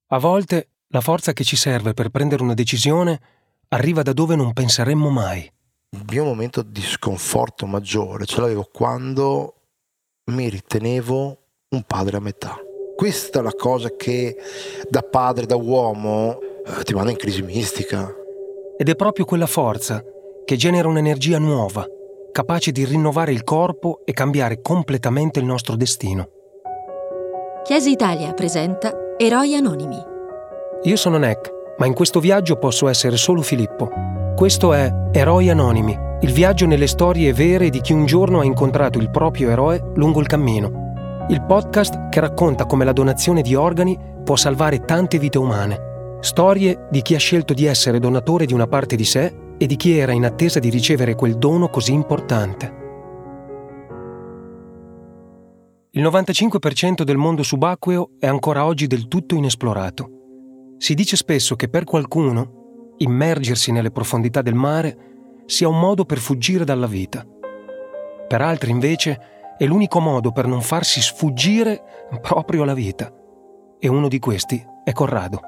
A volte la forza che ci serve per prendere una decisione arriva da dove non penseremmo mai. Il mio momento di sconforto maggiore ce l'avevo quando mi ritenevo un padre a metà. Questa è la cosa che da padre, da uomo, ti manda in crisi mistica. Ed è proprio quella forza che genera un'energia nuova, capace di rinnovare il corpo e cambiare completamente il nostro destino. Chiesa Italia presenta Eroi Anonimi. Io sono Nek, ma in questo viaggio posso essere solo Filippo. Questo è Eroi Anonimi, il viaggio nelle storie vere di chi un giorno ha incontrato il proprio eroe lungo il cammino. Il podcast che racconta come la donazione di organi può salvare tante vite umane. Storie di chi ha scelto di essere donatore di una parte di sé e di chi era in attesa di ricevere quel dono così importante. Il 95% del mondo subacqueo è ancora oggi del tutto inesplorato. Si dice spesso che per qualcuno immergersi nelle profondità del mare sia un modo per fuggire dalla vita. Per altri, invece, è l'unico modo per non farsi sfuggire proprio la vita. E uno di questi è Corrado.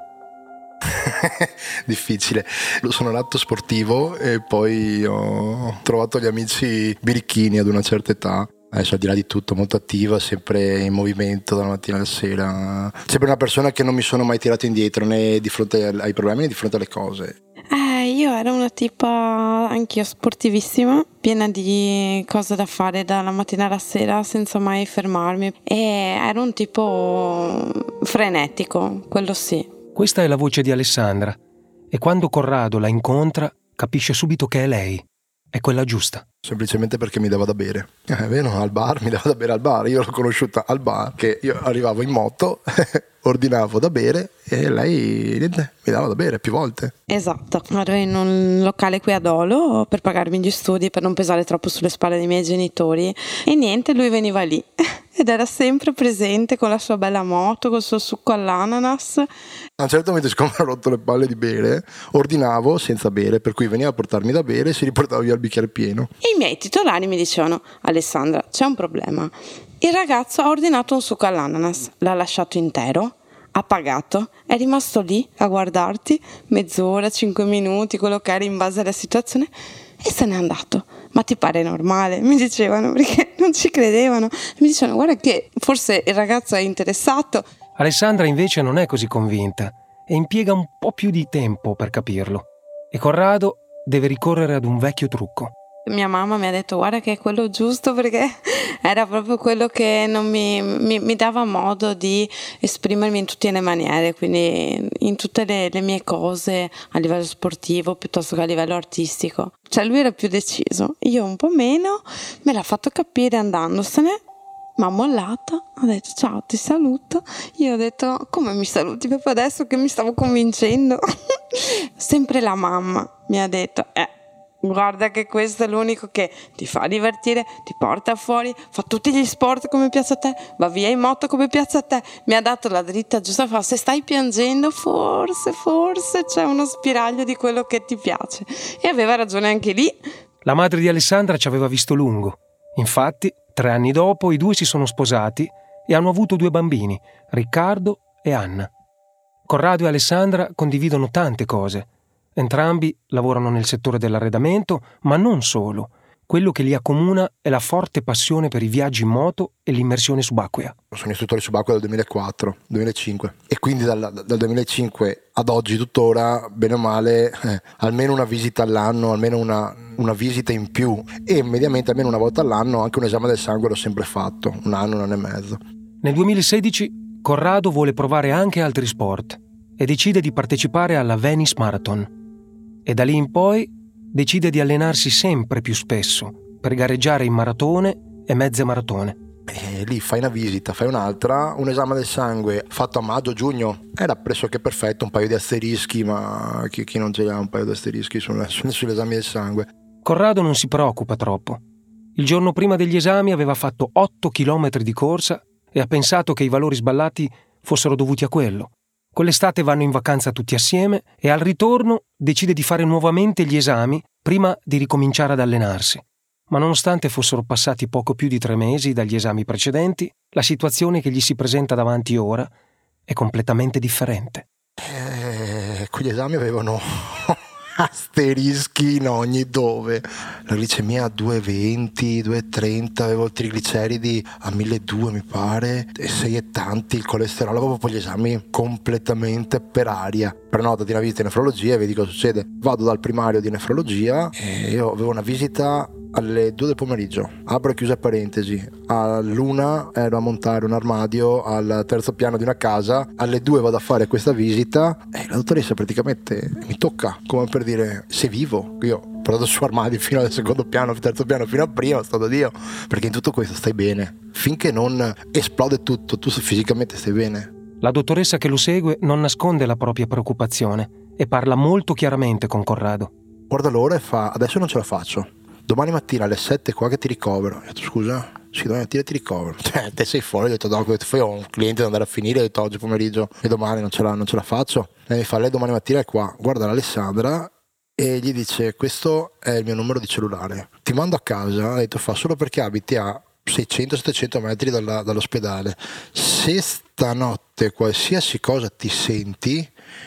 Difficile. Sono nato sportivo e poi ho trovato gli amici birichini ad una certa età. Adesso, al di là di tutto, molto attiva, sempre in movimento dalla mattina alla sera. Sempre una persona che non mi sono mai tirato indietro né di fronte ai problemi né di fronte alle cose. Io ero una tipa anch'io sportivissima, piena di cose da fare dalla mattina alla sera senza mai fermarmi, e ero un tipo frenetico, quello sì. Questa è la voce di Alessandra e quando Corrado la incontra capisce subito che è lei, è quella giusta. Semplicemente perché mi dava da bere. È vero, al bar, mi dava da bere al bar. Io l'ho conosciuta al bar, che io arrivavo in moto, ordinavo da bere e lei niente, mi dava da bere più volte. Esatto, ero in un locale qui a Dolo per pagarmi gli studi, per non pesare troppo sulle spalle dei miei genitori, e niente, lui veniva lì ed era sempre presente con la sua bella moto, col suo succo all'ananas. A un certo momento, siccome ho rotto le palle di bere, ordinavo senza bere, per cui veniva a portarmi da bere e si riportava via il bicchiere pieno. I miei titolari mi dicevano: Alessandra, c'è un problema. Il ragazzo ha ordinato un succo all'ananas, l'ha lasciato intero, ha pagato, è rimasto lì a guardarti mezz'ora, 5 minuti, quello che era in base alla situazione, e se n'è andato. Ma ti pare normale? Mi dicevano, perché non ci credevano. Mi dicevano: guarda che forse il ragazzo è interessato. Alessandra invece non è così convinta e impiega un po' più di tempo per capirlo. E Corrado deve ricorrere ad un vecchio trucco. Mia mamma mi ha detto: guarda che è quello giusto, perché era proprio quello che non mi dava modo di esprimermi in tutte le maniere, quindi in tutte le mie cose a livello sportivo piuttosto che a livello artistico. Cioè lui era più deciso, io un po' meno, me l'ha fatto capire andandosene. Mi ha mollata, ha detto: ciao, ti saluto. Io ho detto: come mi saluti proprio adesso che mi stavo convincendo? Sempre la mamma mi ha detto: guarda che questo è l'unico che ti fa divertire, ti porta fuori, fa tutti gli sport come piace a te, va via in moto come piace a te. Mi ha dato la dritta giusta, se stai piangendo forse c'è uno spiraglio di quello che ti piace. E aveva ragione anche lì. La madre di Alessandra ci aveva visto lungo. Infatti, 3 anni dopo i due si sono sposati e hanno avuto 2 bambini, Riccardo e Anna. Corrado e Alessandra condividono tante cose. Entrambi lavorano nel settore dell'arredamento, ma non solo. Quello che li accomuna è la forte passione per i viaggi in moto e l'immersione subacquea. Sono istruttore subacqueo dal 2004-2005 e quindi dal 2005 ad oggi tuttora, bene o male, almeno una visita all'anno, almeno una visita in più, e mediamente almeno una volta all'anno anche un esame del sangue l'ho sempre fatto, un anno e mezzo. Nel 2016 Corrado vuole provare anche altri sport e decide di partecipare alla Venice Marathon. E da lì in poi decide di allenarsi sempre più spesso per gareggiare in maratone e mezze maratone. E lì fai una visita, fai un'altra, un esame del sangue fatto a maggio-giugno era pressoché perfetto, un paio di asterischi, ma chi non ce l'ha un paio di asterischi sugli esami del sangue? Corrado non si preoccupa troppo. Il giorno prima degli esami aveva fatto 8 chilometri di corsa e ha pensato che i valori sballati fossero dovuti a quello. Quell'estate vanno in vacanza tutti assieme e al ritorno decide di fare nuovamente gli esami prima di ricominciare ad allenarsi. Ma nonostante fossero passati poco più di 3 mesi dagli esami precedenti, la situazione che gli si presenta davanti ora è completamente differente. quegli esami avevano asterischi in ogni dove, la glicemia a 220, 230, avevo il trigliceridi a 1200 mi pare, e 6 e tanti, il colesterolo, avevo poi gli esami completamente per aria. Prenotati una visita in nefrologia e vedi cosa succede. Vado dal primario di nefrologia e io avevo una visita alle 2 del pomeriggio, apro e chiusa parentesi, all'1 ero a montare un armadio al terzo piano di una casa, alle 2 vado a fare questa visita e la dottoressa praticamente mi tocca, come per dire, sei vivo? Io ho portato su armadio fino al secondo piano, terzo piano, fino a prima, sto da Dio, perché in tutto questo stai bene, finché non esplode tutto, tu fisicamente stai bene. La dottoressa che lo segue non nasconde la propria preoccupazione e parla molto chiaramente con Corrado. Guarda l'ora e fa, adesso non ce la faccio, domani mattina alle 7 qua che ti ricovero. Ho detto, scusa? Sì, domani mattina ti ricovero. Te sei fuori, ho detto, no, ho un cliente da andare a finire, ho detto oggi pomeriggio e domani non ce la faccio. Lei mi fa, lei domani mattina è qua, guarda l'Alessandra e gli dice, questo è il mio numero di cellulare, ti mando a casa, ha detto, fa solo perché abiti a 600-700 metri dall'ospedale, se stanotte qualsiasi cosa ti senti,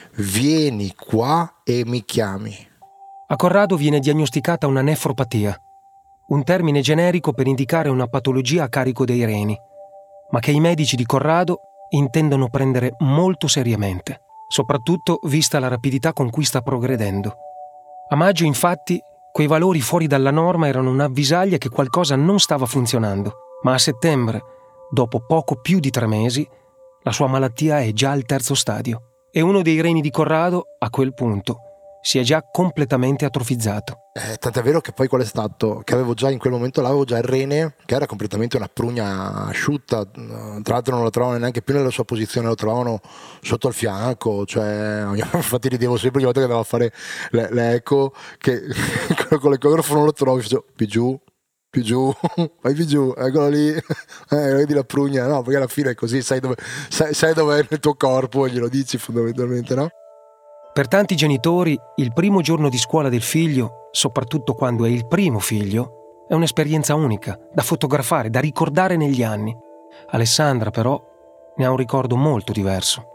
vieni qua e mi chiami. A Corrado viene diagnosticata una nefropatia, un termine generico per indicare una patologia a carico dei reni, ma che i medici di Corrado intendono prendere molto seriamente, soprattutto vista la rapidità con cui sta progredendo. A maggio, infatti, quei valori fuori dalla norma erano un'avvisaglia che qualcosa non stava funzionando, ma a settembre, dopo poco più di 3 mesi, la sua malattia è già al terzo stadio e uno dei reni di Corrado, a quel punto, si è già completamente atrofizzato. Tant'è vero che poi qual è stato? Che avevo già in quel momento là, avevo già il rene che era completamente una prugna asciutta, tra l'altro non lo trovavano neanche più nella sua posizione, lo trovavano sotto il fianco, cioè infatti ridevo sempre ogni volta che andavo a fare l'eco che con l'ecografo non lo trovi, facevo più giù, vai più giù, eccolo lì, vedi la prugna, no, perché alla fine è così, sai dove è nel tuo corpo e glielo dici fondamentalmente, no? Per tanti genitori, il primo giorno di scuola del figlio, soprattutto quando è il primo figlio, è un'esperienza unica, da fotografare, da ricordare negli anni. Alessandra, però, ne ha un ricordo molto diverso.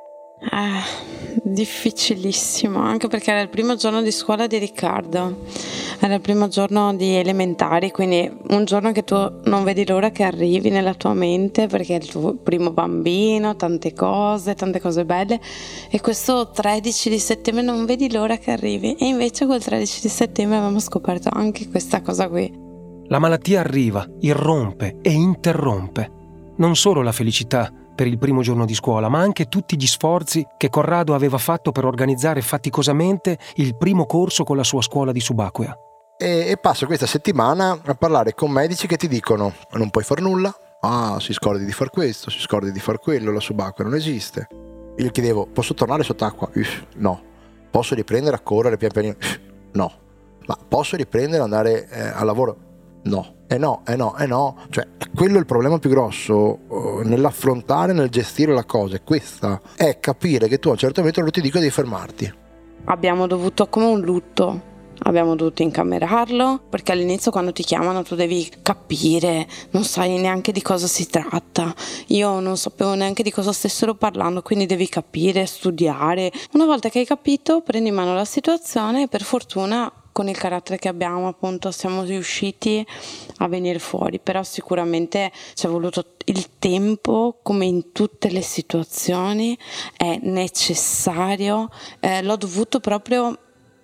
Difficilissimo, anche perché era il primo giorno di scuola di Riccardo, era il primo giorno di elementari, quindi un giorno che tu non vedi l'ora che arrivi nella tua mente perché è il tuo primo bambino, tante cose belle, e questo 13 di settembre non vedi l'ora che arrivi, e invece quel 13 di settembre avevamo scoperto anche questa cosa qui. La malattia arriva, irrompe e interrompe non solo la felicità per il primo giorno di scuola, ma anche tutti gli sforzi che Corrado aveva fatto per organizzare faticosamente il primo corso con la sua scuola di subacquea. E passo questa settimana a parlare con medici che ti dicono non puoi far nulla, si scordi di far questo, si scordi di far quello, la subacquea non esiste. Io gli chiedevo, posso tornare sott'acqua? No. Posso riprendere a correre pian pianino? No. Ma posso riprendere ad andare al lavoro? No. No. Cioè, quello è il problema più grosso nell'affrontare, nel gestire la cosa. E questa è capire che tu a un certo momento non ti dico devi fermarti. Abbiamo dovuto, come un lutto, abbiamo dovuto incamerarlo, perché all'inizio quando ti chiamano tu devi capire, non sai neanche di cosa si tratta. Io non sapevo neanche di cosa stessero parlando, quindi devi capire, studiare. Una volta che hai capito, prendi in mano la situazione e per fortuna con il carattere che abbiamo, appunto, siamo riusciti a venire fuori, però sicuramente ci è voluto il tempo, come in tutte le situazioni è necessario, l'ho dovuto proprio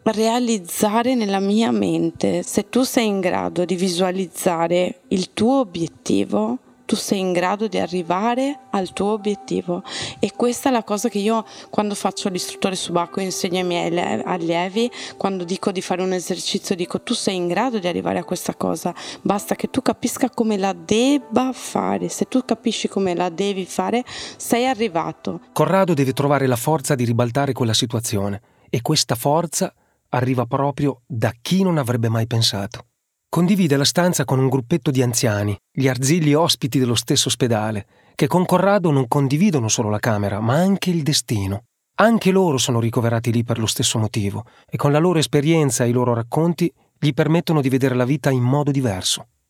realizzare nella mia mente. Se tu sei in grado di visualizzare il tuo obiettivo, tu sei in grado di arrivare al tuo obiettivo, e questa è la cosa che io quando faccio l'istruttore subacqueo insegno ai miei allievi. Quando dico di fare un esercizio dico tu sei in grado di arrivare a questa cosa, basta che tu capisca come la debba fare. Se tu capisci come la devi fare sei arrivato. Corrado deve trovare la forza di ribaltare quella situazione, e questa forza arriva proprio da chi non avrebbe mai pensato. Condivide la stanza con un gruppetto di anziani, gli arzilli ospiti dello stesso ospedale, che con Corrado non condividono solo la camera, ma anche il destino. Anche loro sono ricoverati lì per lo stesso motivo, e con la loro esperienza e i loro racconti gli permettono di vedere la vita in modo diverso.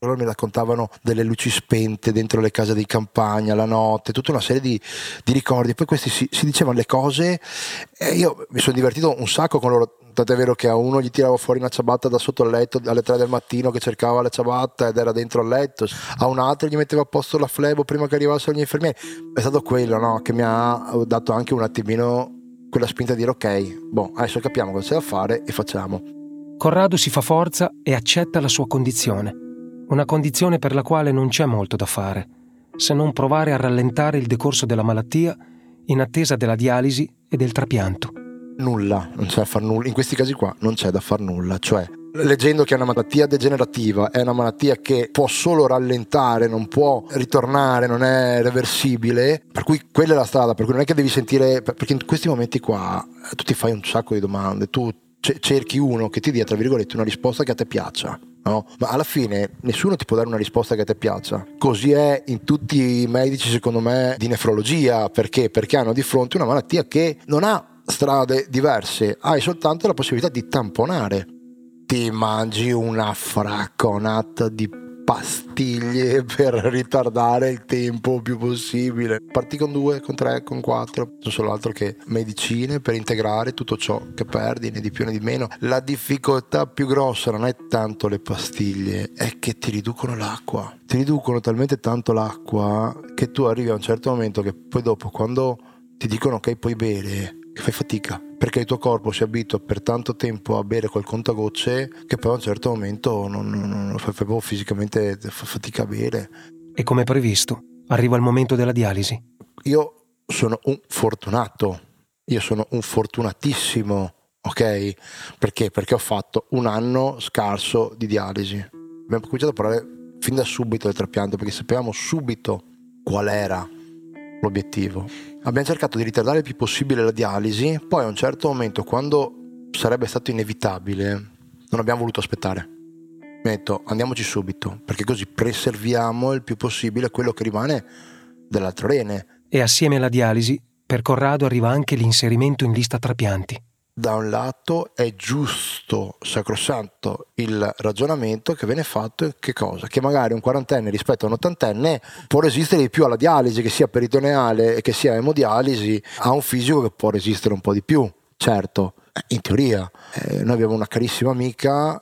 Loro mi raccontavano delle luci spente dentro le case di campagna, la notte, tutta una serie di ricordi. Poi questi si dicevano le cose e io mi sono divertito un sacco con loro. Tant'è vero che a uno gli tiravo fuori una ciabatta da sotto il letto alle 3 del mattino che cercava la ciabatta ed era dentro al letto, a un altro gli mettevo a posto la flebo prima che arrivassero gli infermieri. È stato quello, no, che mi ha dato anche un attimino quella spinta di dire ok, adesso capiamo cosa c'è da fare e facciamo. Corrado si fa forza e accetta la sua condizione. Una condizione per la quale non c'è molto da fare, se non provare a rallentare il decorso della malattia in attesa della dialisi e del trapianto. Nulla, non c'è da far nulla, in questi casi qua non c'è da far nulla, cioè leggendo che è una malattia degenerativa, è una malattia che può solo rallentare, non può ritornare, non è reversibile, per cui quella è la strada, per cui non è che devi sentire, perché in questi momenti qua tu ti fai un sacco di domande, tu cerchi uno che ti dia tra virgolette una risposta che a te piaccia. No? Ma alla fine nessuno ti può dare una risposta che a te piaccia. Così è in tutti i medici, secondo me, di nefrologia. Perché? Perché hanno di fronte una malattia che non ha strade diverse, hai soltanto la possibilità di tamponare. Ti mangi una fracconata di pastiglie per ritardare il tempo più possibile. Parti con 2, con 3, con 4, non solo altro che medicine per integrare tutto ciò che perdi, né di più né di meno. La difficoltà più grossa non è tanto le pastiglie, è che ti riducono l'acqua. Ti riducono talmente tanto l'acqua che tu arrivi a un certo momento che poi dopo, quando ti dicono che puoi bere, fai fatica, perché il tuo corpo si abitua per tanto tempo a bere col contagocce che poi a un certo momento non fai proprio fisicamente, fa fatica a bere. E come previsto, arriva il momento della dialisi. Io sono un fortunato, io sono un fortunatissimo, ok? Perché? Perché ho fatto un anno scarso di dialisi. Abbiamo cominciato a parlare fin da subito del trapianto, perché sapevamo subito qual era l'obiettivo. Abbiamo cercato di ritardare il più possibile la dialisi, poi a un certo momento, quando sarebbe stato inevitabile, non abbiamo voluto aspettare. Mi ho detto andiamoci subito, perché così preserviamo il più possibile quello che rimane dell'altro rene. E assieme alla dialisi, per Corrado arriva anche l'inserimento in lista trapianti. Da un lato è giusto, sacrosanto il ragionamento che viene fatto, che cosa? Che magari un quarantenne rispetto a un ottantenne può resistere di più alla dialisi, che sia peritoneale e che sia emodialisi, ha un fisico che può resistere un po' di più, certo, in teoria. Noi avevamo una carissima amica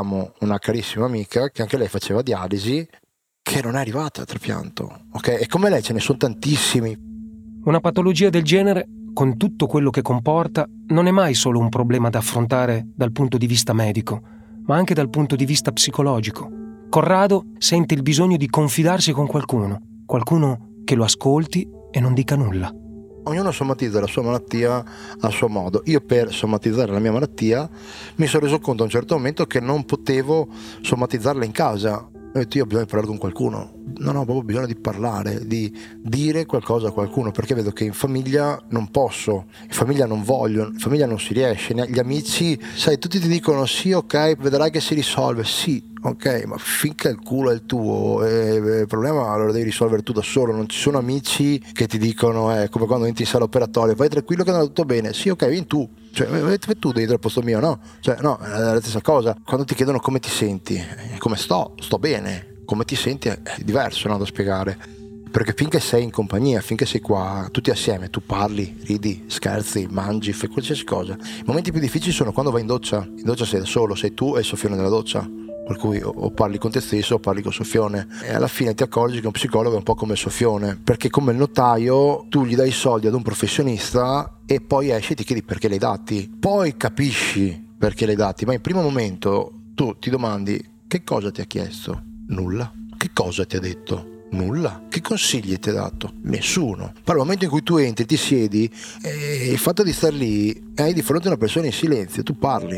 che anche lei faceva dialisi, che non è arrivata al trapianto, ok? E come lei ce ne sono tantissimi. Una patologia del genere, con tutto quello che comporta, non è mai solo un problema da affrontare dal punto di vista medico, ma anche dal punto di vista psicologico. Corrado sente il bisogno di confidarsi con qualcuno che lo ascolti e non dica nulla. Ognuno somatizza la sua malattia a suo modo. Io per somatizzare la mia malattia mi sono reso conto a un certo momento che non potevo somatizzarla in casa. Ho detto io ho bisogno di parlare con qualcuno, non ho proprio bisogno di parlare, di dire qualcosa a qualcuno, perché vedo che in famiglia non posso, in famiglia non voglio, in famiglia non si riesce, gli amici, sai, tutti ti dicono sì, ok, vedrai che si risolve, sì, ok, ma finché il culo è il tuo, il problema lo devi risolvere tu da solo, non ci sono amici che ti dicono, come quando entri in sala operatoria, vai tranquillo che andrà tutto bene, sì, ok, vieni tu. Cioè, vai tu devi al posto mio, no? Cioè, no, è la stessa cosa. Quando ti chiedono come ti senti, come sto bene. Come ti senti è diverso, no, da spiegare. Perché finché sei in compagnia, finché sei qua, tutti assieme, tu parli, ridi, scherzi, mangi, fai qualsiasi cosa. I momenti più difficili sono quando vai in doccia. In doccia sei da solo, sei tu e il soffione della doccia. Per cui o parli con te stesso o parli col soffione, e alla fine ti accorgi che un psicologo è un po' come il soffione, perché come il notaio tu gli dai i soldi ad un professionista e poi esci e ti chiedi perché li hai dati, poi capisci perché li hai dati, ma in primo momento tu ti domandi che cosa ti ha chiesto? Nulla. Che cosa ti ha detto? Nulla. Che consigli ti ha dato? Nessuno. Però al momento in cui tu entri, ti siedi, il fatto di star lì, hai di fronte a una persona in silenzio, tu parli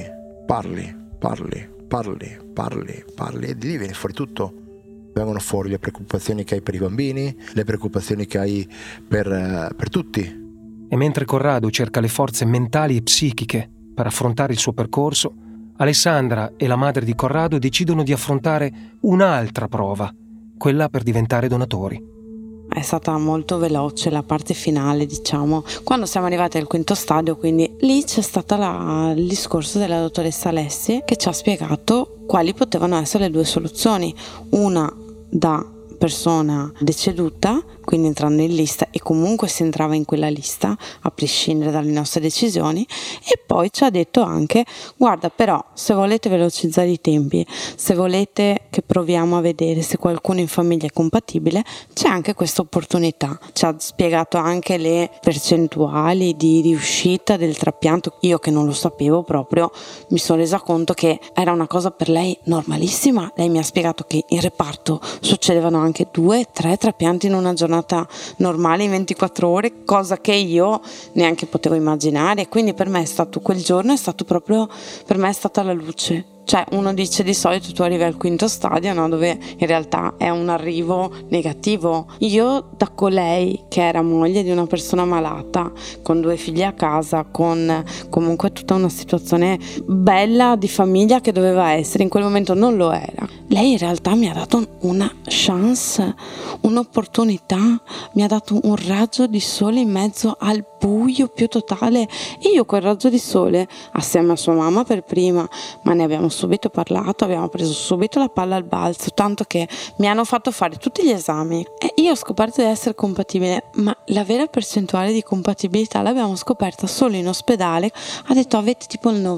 e di lì viene fuori tutto. Vengono fuori le preoccupazioni che hai per i bambini, le preoccupazioni che hai per tutti. E mentre Corrado cerca le forze mentali e psichiche per affrontare il suo percorso, Alessandra e la madre di Corrado decidono di affrontare un'altra prova, quella per diventare donatori. è stata molto veloce la parte finale, diciamo, quando siamo arrivati al quinto stadio, quindi lì c'è stato il discorso della dottoressa Alessi che ci ha spiegato quali potevano essere le due soluzioni, una da persona deceduta, quindi entrando in lista, e comunque si entrava in quella lista a prescindere dalle nostre decisioni, e poi ci ha detto anche: guarda, però se volete velocizzare i tempi, se volete che proviamo a vedere se qualcuno in famiglia è compatibile, c'è anche questa opportunità. Ci ha spiegato anche le percentuali di riuscita del trapianto. Io, che non lo sapevo proprio, mi sono resa conto che era una cosa per lei normalissima. Lei mi ha spiegato che in reparto succedevano anche 2-3 trapianti in una giornata normale, in 24 ore, cosa che io neanche potevo immaginare. Quindi per me è stato, quel giorno è stato proprio, per me è stata la luce. Cioè, uno dice di solito tu arrivi al quinto stadio, no? Dove in realtà è un arrivo negativo. Io, da colei che era moglie di una persona malata, con 2 figli a casa, con comunque tutta una situazione bella di famiglia che doveva essere, in quel momento non lo era. Lei in realtà mi ha dato una chance, un'opportunità, mi ha dato un raggio di sole in mezzo al buio più totale, e io quel raggio di sole, assieme a sua mamma per prima, ma ne abbiamo subito parlato, abbiamo preso subito la palla al balzo, tanto che mi hanno fatto fare tutti gli esami e io ho scoperto di essere compatibile, ma la vera percentuale di compatibilità l'abbiamo scoperta solo in ospedale. Ha detto avete tipo il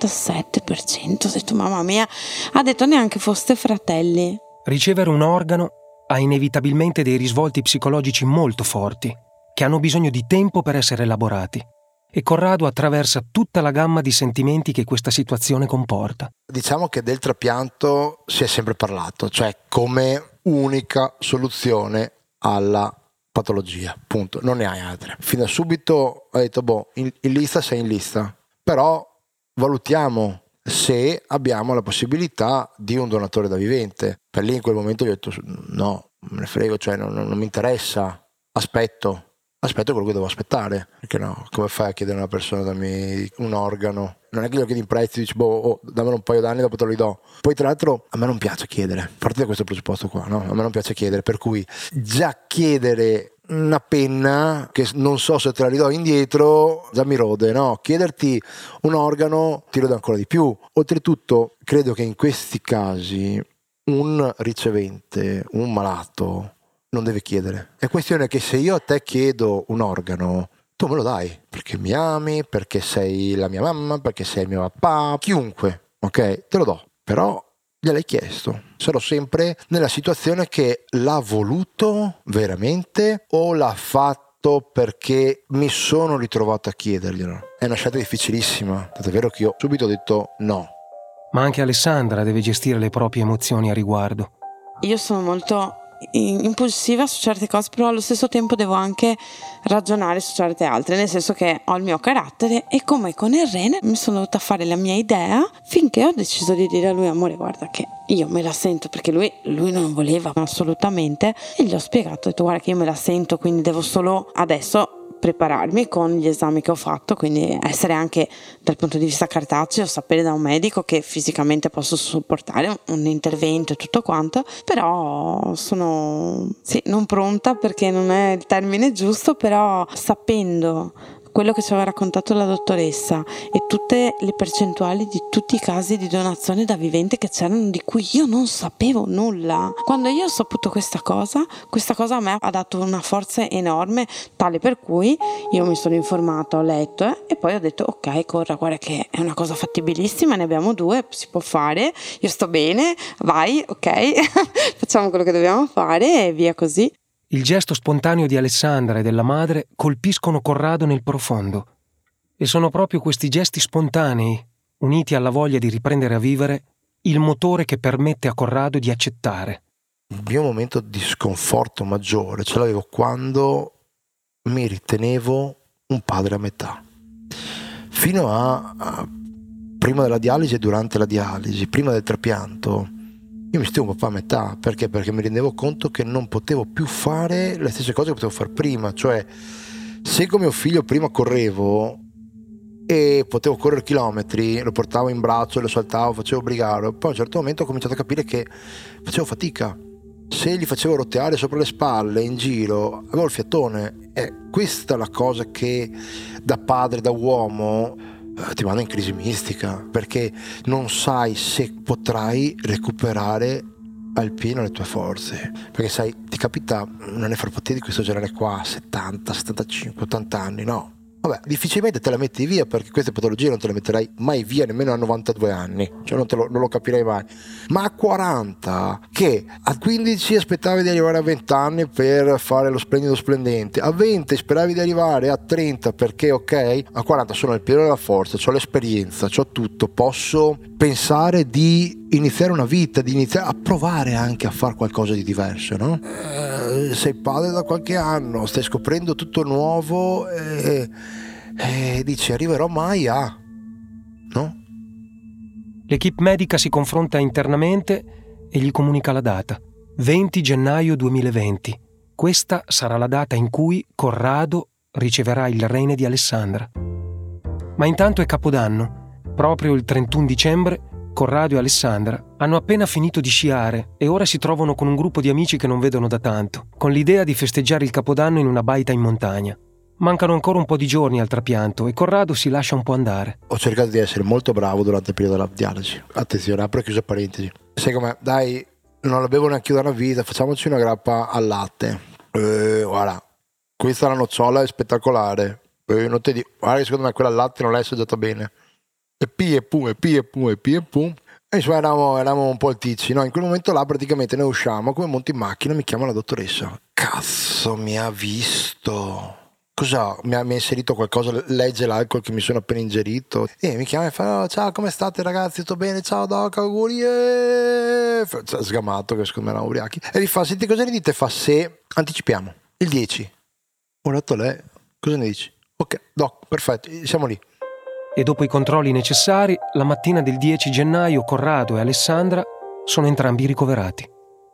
97%, ho detto mamma mia, ha detto neanche foste fratelli. Ricevere un organo ha inevitabilmente dei risvolti psicologici molto forti, che hanno bisogno di tempo per essere elaborati. E Corrado attraversa tutta la gamma di sentimenti che questa situazione comporta. Diciamo che del trapianto si è sempre parlato, cioè come unica soluzione alla patologia, punto, non ne hai altre. Fin da subito ho detto, in lista sei in lista, però valutiamo se abbiamo la possibilità di un donatore da vivente. Per lì in quel momento gli ho detto no, me ne frego, cioè non mi interessa, aspetto quello che devo aspettare, perché no, come fai a chiedere a una persona dammi un organo? Non è che glielo chiedi in prezzo, dici dammelo un paio d'anni, dopo te lo ridò. Poi tra l'altro a me non piace chiedere, parti da questo presupposto qua, no? A me non piace chiedere, per cui già chiedere una penna che non so se te la ridò indietro già mi rode, no? Chiederti un organo ti rode ancora di più. Oltretutto credo che in questi casi un ricevente, un malato, non deve chiedere. È questione che se io a te chiedo un organo, tu me lo dai, perché mi ami, perché sei la mia mamma, perché sei il mio papà, chiunque, ok? Te lo do. Però gliel'hai chiesto. Sarò sempre nella situazione che l'ha voluto veramente o l'ha fatto perché mi sono ritrovato a chiederglielo. È una scelta difficilissima, tant'è vero che io subito ho detto no. Ma anche Alessandra deve gestire le proprie emozioni a riguardo. Io sono molto impulsiva su certe cose, però allo stesso tempo devo anche ragionare su certe altre, nel senso che ho il mio carattere, e come con il rene mi sono dovuta fare la mia idea finché ho deciso di dire a lui: amore, guarda che io me la sento, perché lui non voleva assolutamente, e gli ho spiegato, ho detto guarda che io me la sento, quindi devo solo adesso prepararmi con gli esami che ho fatto, quindi essere anche dal punto di vista cartaceo, sapere da un medico che fisicamente posso sopportare un intervento e tutto quanto, però sono non pronta, perché non è il termine giusto, però sapendo quello che ci aveva raccontato la dottoressa e tutte le percentuali di tutti i casi di donazione da vivente che c'erano, di cui io non sapevo nulla. Quando io ho saputo questa cosa a me ha dato una forza enorme, tale per cui io mi sono informata, ho letto e poi ho detto ok, Corra, guarda che è una cosa fattibilissima, ne abbiamo 2, si può fare, io sto bene, vai, ok, facciamo quello che dobbiamo fare e via così. Il gesto spontaneo di Alessandra e della madre colpiscono Corrado nel profondo. E sono proprio questi gesti spontanei, uniti alla voglia di riprendere a vivere, il motore che permette a Corrado di accettare. Il mio momento di sconforto maggiore ce l'avevo quando mi ritenevo un padre a metà. Fino a prima della dialisi e durante la dialisi, prima del trapianto, io mi sentivo un papà a metà. Perché? Perché mi rendevo conto che non potevo più fare le stesse cose che potevo fare prima. Cioè, se con mio figlio prima correvo e potevo correre chilometri, lo portavo in braccio, lo saltavo, facevo brigare, poi a un certo momento ho cominciato a capire che facevo fatica. se gli facevo roteare sopra le spalle in giro avevo il fiatone. Questa è la cosa che da padre, da uomo, ti manda in crisi mistica, perché non sai se potrai recuperare al pieno le tue forze, perché sai, ti capita una nefropatia di questo genere qua a 70, 75, 80 anni, no? Vabbè, difficilmente te la metti via, perché queste patologie non te le metterai mai via nemmeno a 92 anni, cioè non lo capirei mai. Ma a 40, che a 15 aspettavi di arrivare a 20 anni per fare lo splendido splendente, a 20 speravi di arrivare a 30 perché ok, a 40 sono nel pieno della forza, ho l'esperienza, ho tutto, posso pensare di iniziare una vita, di iniziare a provare anche a fare qualcosa di diverso, no? Sei padre da qualche anno, stai scoprendo tutto nuovo e dici arriverò mai a, no? L'equipe medica si confronta internamente e gli comunica la data: 20 gennaio 2020. Questa sarà la data in cui Corrado riceverà il rene di Alessandra. Ma intanto è Capodanno. Proprio il 31 dicembre Corrado e Alessandra hanno appena finito di sciare e ora si trovano con un gruppo di amici che non vedono da tanto, con l'idea di festeggiare il Capodanno in una baita in montagna. Mancano ancora un po' di giorni al trapianto e Corrado si lascia un po' andare. Ho cercato di essere molto bravo durante il periodo della dialisi. Attenzione, apro e chiuso parentesi. Sai com'è? Dai, non la bevo neanche io da una vita, facciamoci una grappa al latte. Guarda, questa la nocciola è spettacolare. Non ti dico, guarda che secondo me quella al latte non l'hai assaggiata bene. E pi e pum, e pi e pum, e pi e pum. E insomma eravamo un po' alticci, no? In quel momento là praticamente noi usciamo, come monto in macchina, mi chiama la dottoressa. Cazzo, mi ha visto. Cosa? Mi ha inserito qualcosa, legge l'alcol che mi sono appena ingerito e mi chiama e fa: oh, ciao, come state ragazzi, tutto bene? Ciao doc, auguri. Sgamato, che secondo me erano ubriachi, e mi fa: senti, cosa ne dite? Fa: se anticipiamo il 10. Ho detto lei, cosa ne dici? Ok doc, perfetto, siamo lì. E dopo i controlli necessari, la mattina del 10 gennaio Corrado e Alessandra sono entrambi ricoverati.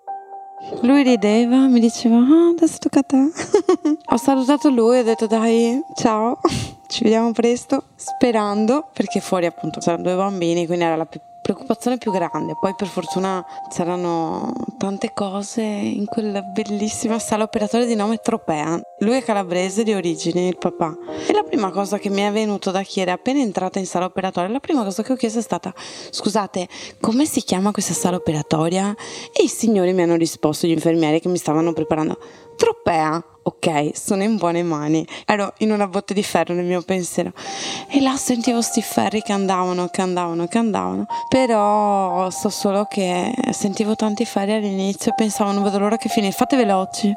Lui rideva, mi diceva: ah, adesso tocca a te. Ho salutato lui e ho detto: dai, ciao, ci vediamo presto, sperando, perché fuori appunto c'erano 2 bambini, quindi era la preoccupazione più grande. Poi per fortuna c'erano tante cose in quella bellissima sala operatoria di nome Tropea. Lui è calabrese di origini, il papà, e la prima cosa che mi è venuto da chiedere appena entrata in sala operatoria, la prima cosa che ho chiesto è stata: scusate, come si chiama questa sala operatoria? E i signori mi hanno risposto, gli infermieri che mi stavano preparando: Tropea. Ok, sono in buone mani. Ero in una botte di ferro nel mio pensiero e là sentivo sti ferri che andavano. Però so solo che sentivo tanti ferri all'inizio e pensavo: non vedo l'ora che finisca. Fate veloci,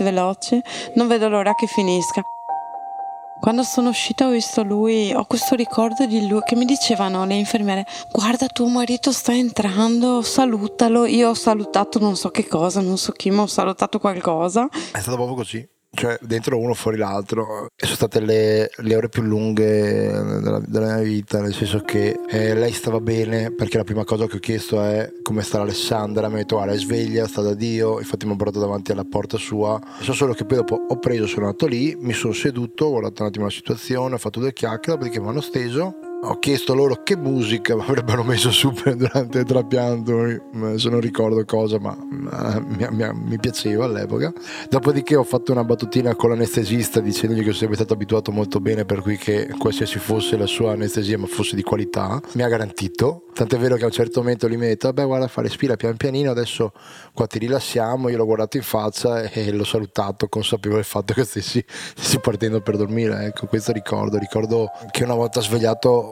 non vedo l'ora che finisca. Quando sono uscita ho visto lui, ho questo ricordo di lui che mi dicevano le infermiere: guarda, tuo marito sta entrando, salutalo. Io ho salutato non so che cosa, non so chi, ma ho salutato qualcosa. È stato proprio così, cioè dentro uno fuori l'altro. E sono state le ore più lunghe della mia vita, nel senso che lei stava bene, perché la prima cosa che ho chiesto è: come sta Alessandra? Mi ha detto: guarda, è sveglia, sta da Dio. Infatti mi ho portato davanti alla porta sua. So solo che poi dopo sono andato lì, mi sono seduto, ho guardato un attimo la situazione, ho fatto 2 chiacchiere, dopodiché mi hanno steso. Ho chiesto loro che musica mi avrebbero messo su durante il trapianto, se non ricordo cosa, ma mi piaceva all'epoca. Dopodiché ho fatto una battutina con l'anestesista dicendogli che sono sempre stato abituato molto bene, per cui che qualsiasi fosse la sua anestesia ma fosse di qualità. Mi ha garantito, tant'è vero che a un certo momento gli metto: vabbè, guarda, respira pian pianino, adesso qua ti rilassiamo. Io l'ho guardato in faccia e l'ho salutato, consapevole del fatto che stessi partendo per dormire. Ecco, questo ricordo che una volta svegliato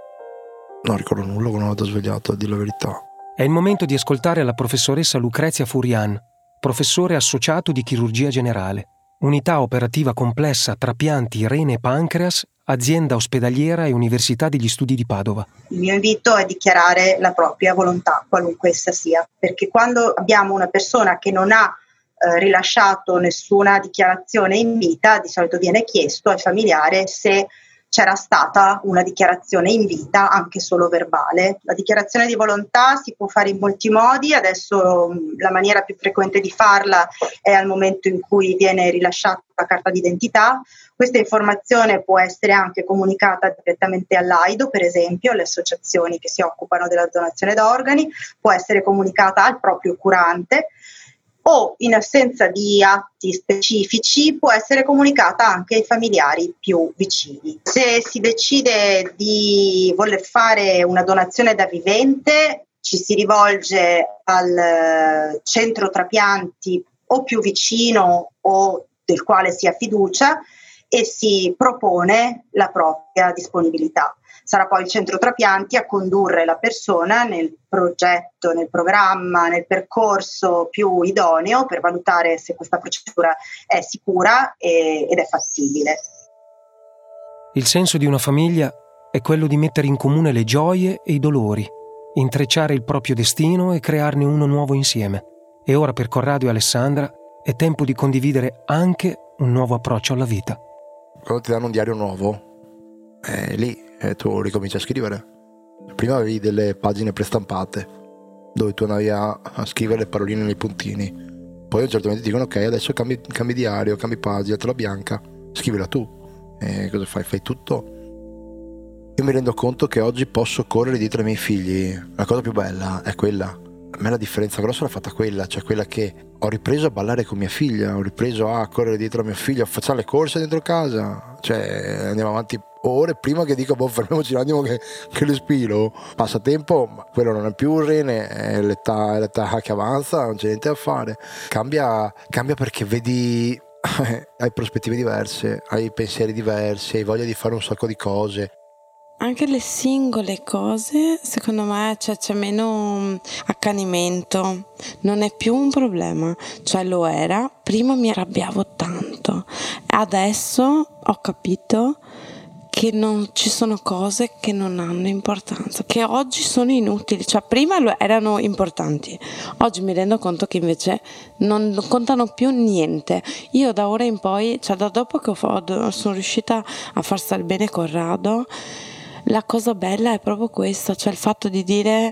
non ricordo nulla, una volta svegliato, a dire la verità. È il momento di ascoltare la professoressa Lucrezia Furian, professore associato di chirurgia generale, unità operativa complessa trapianti rene e pancreas, azienda ospedaliera e Università degli Studi di Padova. Il mio invito è dichiarare la propria volontà, qualunque essa sia, perché quando abbiamo una persona che non ha rilasciato nessuna dichiarazione in vita, di solito viene chiesto al familiare se c'era stata una dichiarazione in vita, anche solo verbale. La dichiarazione di volontà si può fare in molti modi. Adesso la maniera più frequente di farla è al momento in cui viene rilasciata la carta d'identità. Questa informazione può essere anche comunicata direttamente all'AIDO, per esempio, alle associazioni che si occupano della donazione d'organi, può essere comunicata al proprio curante. o in assenza di atti specifici può essere comunicata anche ai familiari più vicini. Se si decide di voler fare una donazione da vivente, ci si rivolge al centro trapianti o più vicino o del quale si ha fiducia e si propone la propria disponibilità. Sarà poi il centro trapianti a condurre la persona nel progetto, nel programma, nel percorso più idoneo per valutare se questa procedura è sicura ed è fattibile. Il senso di una famiglia è quello di mettere in comune le gioie e i dolori, intrecciare il proprio destino e crearne uno nuovo insieme. E ora per Corrado e Alessandra è tempo di condividere anche un nuovo approccio alla vita. Quando ti danno un diario nuovo, lì tu ricominci a scrivere. Prima avevi delle pagine prestampate dove tu andavi a scrivere le paroline nei puntini, poi a un certo punto ti dicono ok, adesso cambi diario, cambi pagina, te la bianca, scrivila tu. Cosa fai? Fai tutto. Io mi rendo conto che oggi posso correre dietro ai miei figli. La cosa più bella è quella. A me la differenza grossa l'ha fatta quella, cioè quella che ho ripreso a ballare con mia figlia, ho ripreso a correre dietro a mia figlia, facciamo le corse dentro casa, cioè andiamo avanti ore prima che dico fermiamoci un attimo che respiro. Passatempo, ma quello non è più un rene, è l'età che avanza, non c'è niente da fare. Cambia perché vedi, hai prospettive diverse, hai pensieri diversi, hai voglia di fare un sacco di cose. Anche le singole cose, secondo me c'è meno accanimento, non è più un problema, cioè lo era, prima mi arrabbiavo tanto, adesso ho capito che non ci sono cose che non hanno importanza, che oggi sono inutili, cioè prima erano importanti, oggi mi rendo conto che invece non contano più niente. Io da ora in poi, cioè da dopo che sono riuscita a far stare bene Corrado, la cosa bella è proprio questa, cioè il fatto di dire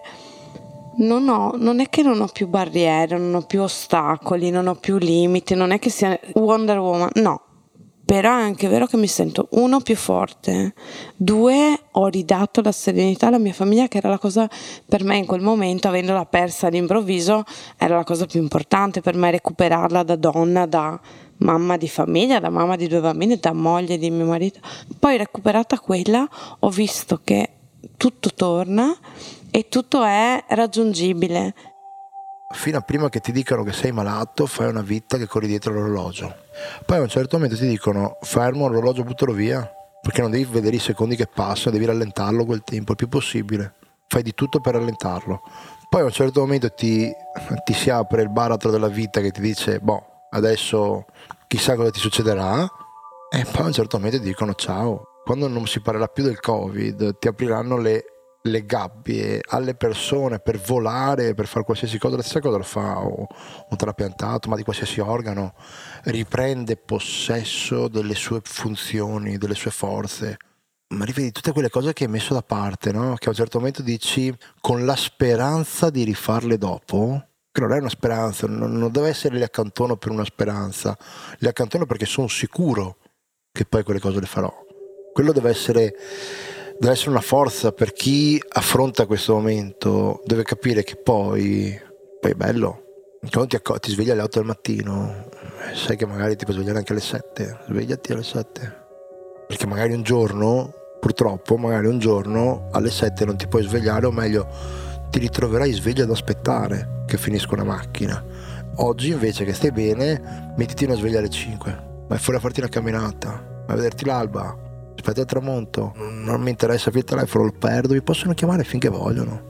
non è che non ho più barriere, non ho più ostacoli, non ho più limiti, non è che sia Wonder Woman, no. Però è anche vero che mi sento, uno, più forte, due, ho ridato la serenità alla mia famiglia, che era la cosa per me in quel momento, avendola persa all'improvviso, era la cosa più importante per me, recuperarla da donna, da mamma di famiglia, da mamma di 2 bambini, da moglie di mio marito. Poi recuperata quella, ho visto che tutto torna e tutto è raggiungibile. Fino a prima che ti dicano che sei malato, fai una vita che corri dietro l'orologio. Poi a un certo momento ti dicono fermo, l'orologio buttalo via, perché non devi vedere i secondi che passano, devi rallentarlo quel tempo il più possibile. Fai di tutto per rallentarlo. Poi a un certo momento ti si apre il baratro della vita che ti dice adesso chissà cosa ti succederà, e poi a un certo momento ti dicono ciao. Quando non si parlerà più del Covid, ti apriranno le gabbie alle persone per volare, per fare qualsiasi cosa. La stessa cosa lo fa un trapiantato, ma di qualsiasi organo, riprende possesso delle sue funzioni, delle sue forze. Ma rivedi tutte quelle cose che hai messo da parte, no? Che a un certo momento dici con la speranza di rifarle dopo, che non è una speranza, non deve essere le accantono per una speranza, le accantono perché sono sicuro che poi quelle cose le farò. Quello deve essere una forza per chi affronta questo momento, deve capire che poi è bello. Quando ti svegli alle 8 del mattino, sai che magari ti puoi svegliare anche alle 7, svegliati alle 7. Perché magari un giorno, purtroppo, alle 7 non ti puoi svegliare, o meglio, ti ritroverai sveglio ad aspettare che finisca una macchina. Oggi invece che stai bene, mettiti una sveglia alle 5, vai fuori a farti una camminata, vai a vederti l'alba, aspetta il tramonto, non mi interessa più il telefono, lo perdo, mi possono chiamare finché vogliono.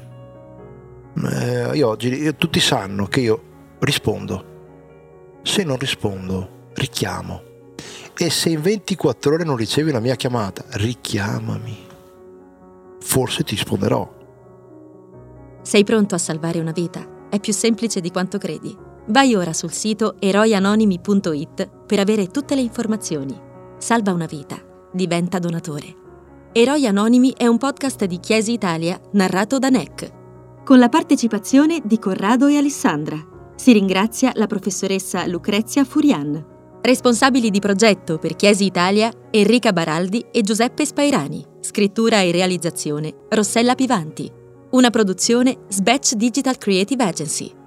Io oggi, tutti sanno che io rispondo, se non rispondo richiamo, e se in 24 ore non ricevi una mia chiamata richiamami, forse ti risponderò. Sei pronto a salvare una vita? È più semplice di quanto credi. Vai ora sul sito eroianonimi.it per avere tutte le informazioni. Salva una vita. Diventa donatore. Eroi Anonimi è un podcast di Chiesi Italia narrato da NEC, con la partecipazione di Corrado e Alessandra. Si ringrazia la professoressa Lucrezia Furian. Responsabili di progetto per Chiesi Italia Enrica Baraldi e Giuseppe Spairani. Scrittura e realizzazione Rossella Pivanti. Una produzione Sbatch Digital Creative Agency.